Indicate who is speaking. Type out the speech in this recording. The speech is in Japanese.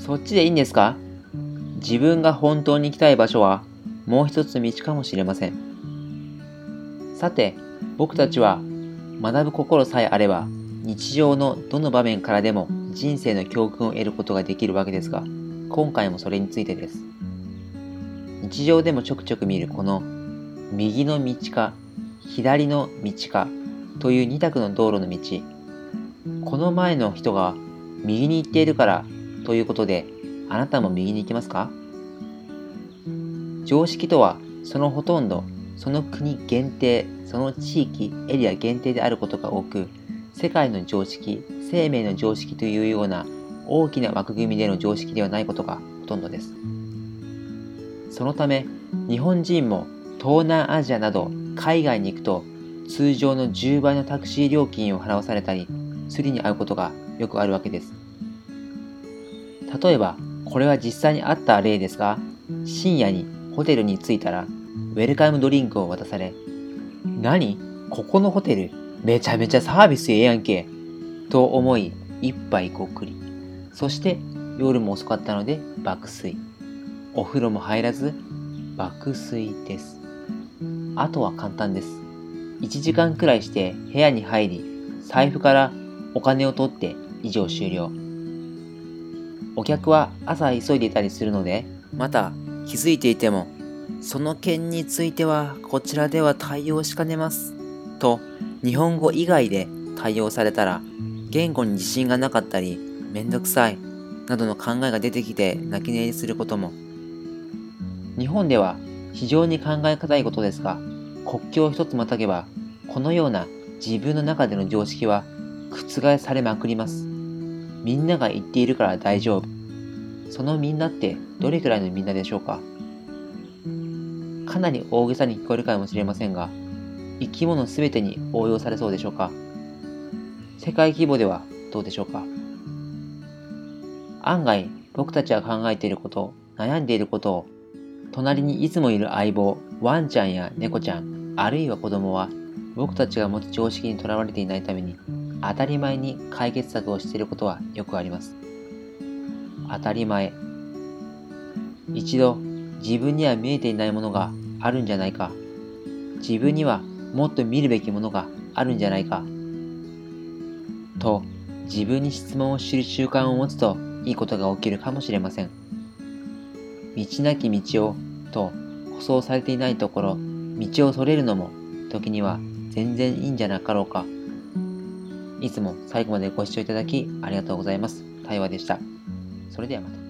Speaker 1: そっちでいいんですか？自分が本当に行きたい場所はもう一つ道かもしれません。さて、僕たちは学ぶ心さえあれば日常のどの場面からでも人生の教訓を得ることができるわけですが、今回もそれについてです。日常でもちょくちょく見るこの右の道か左の道かという二択の道路の道。この前の人が右に行っているからということで、あなたも右に行きますか？常識とはそのほとんど、その国限定、その地域、エリア限定であることが多く、世界の常識、生命の常識というような大きな枠組みでの常識ではないことがほとんどです。そのため、日本人も東南アジアなど海外に行くと通常の10倍のタクシー料金を払わされたり、スリに遭うことがよくあるわけです。例えば、これは実際にあった例ですが、深夜にホテルに着いたら、ウェルカムドリンクを渡され、何？ここのホテル、めちゃめちゃサービスええやんけ。と思い、一杯ごっくり。そして、夜も遅かったので爆睡。お風呂も入らず、爆睡です。あとは簡単です。1時間くらいして部屋に入り、財布からお金を取って以上終了。お客は朝急いでいたりするので、また気づいていても、その件についてはこちらでは対応しかねます。と、日本語以外で対応されたら、言語に自信がなかったり、めんどくさい、などの考えが出てきて泣き寝入りすることも。日本では非常に考え難いことですが、国境を一つまたげば、このような自分の中での常識は覆されまくります。みんなが言っているから大丈夫。そのみんなってどれくらいのみんなでしょうか？かなり大げさに聞こえるかもしれませんが、生き物すべてに応用されそうでしょうか？世界規模ではどうでしょうか？案外、僕たちが考えていること、悩んでいることを、隣にいつもいる相棒、ワンちゃんや猫ちゃん、あるいは子供は、僕たちが持つ常識にとらわれていないために、当たり前に解決策をしていることはよくあります。当たり前。一度、自分には見えていないものがあるんじゃないか。自分にはもっと見るべきものがあるんじゃないか。と、自分に質問をする習慣を持つといいことが起きるかもしれません。道なき道をと舗装されていないところ、道をそれるのも時には全然いいんじゃなかろうか。いつも最後までご視聴いただきありがとうございます。対話でした。それではまた。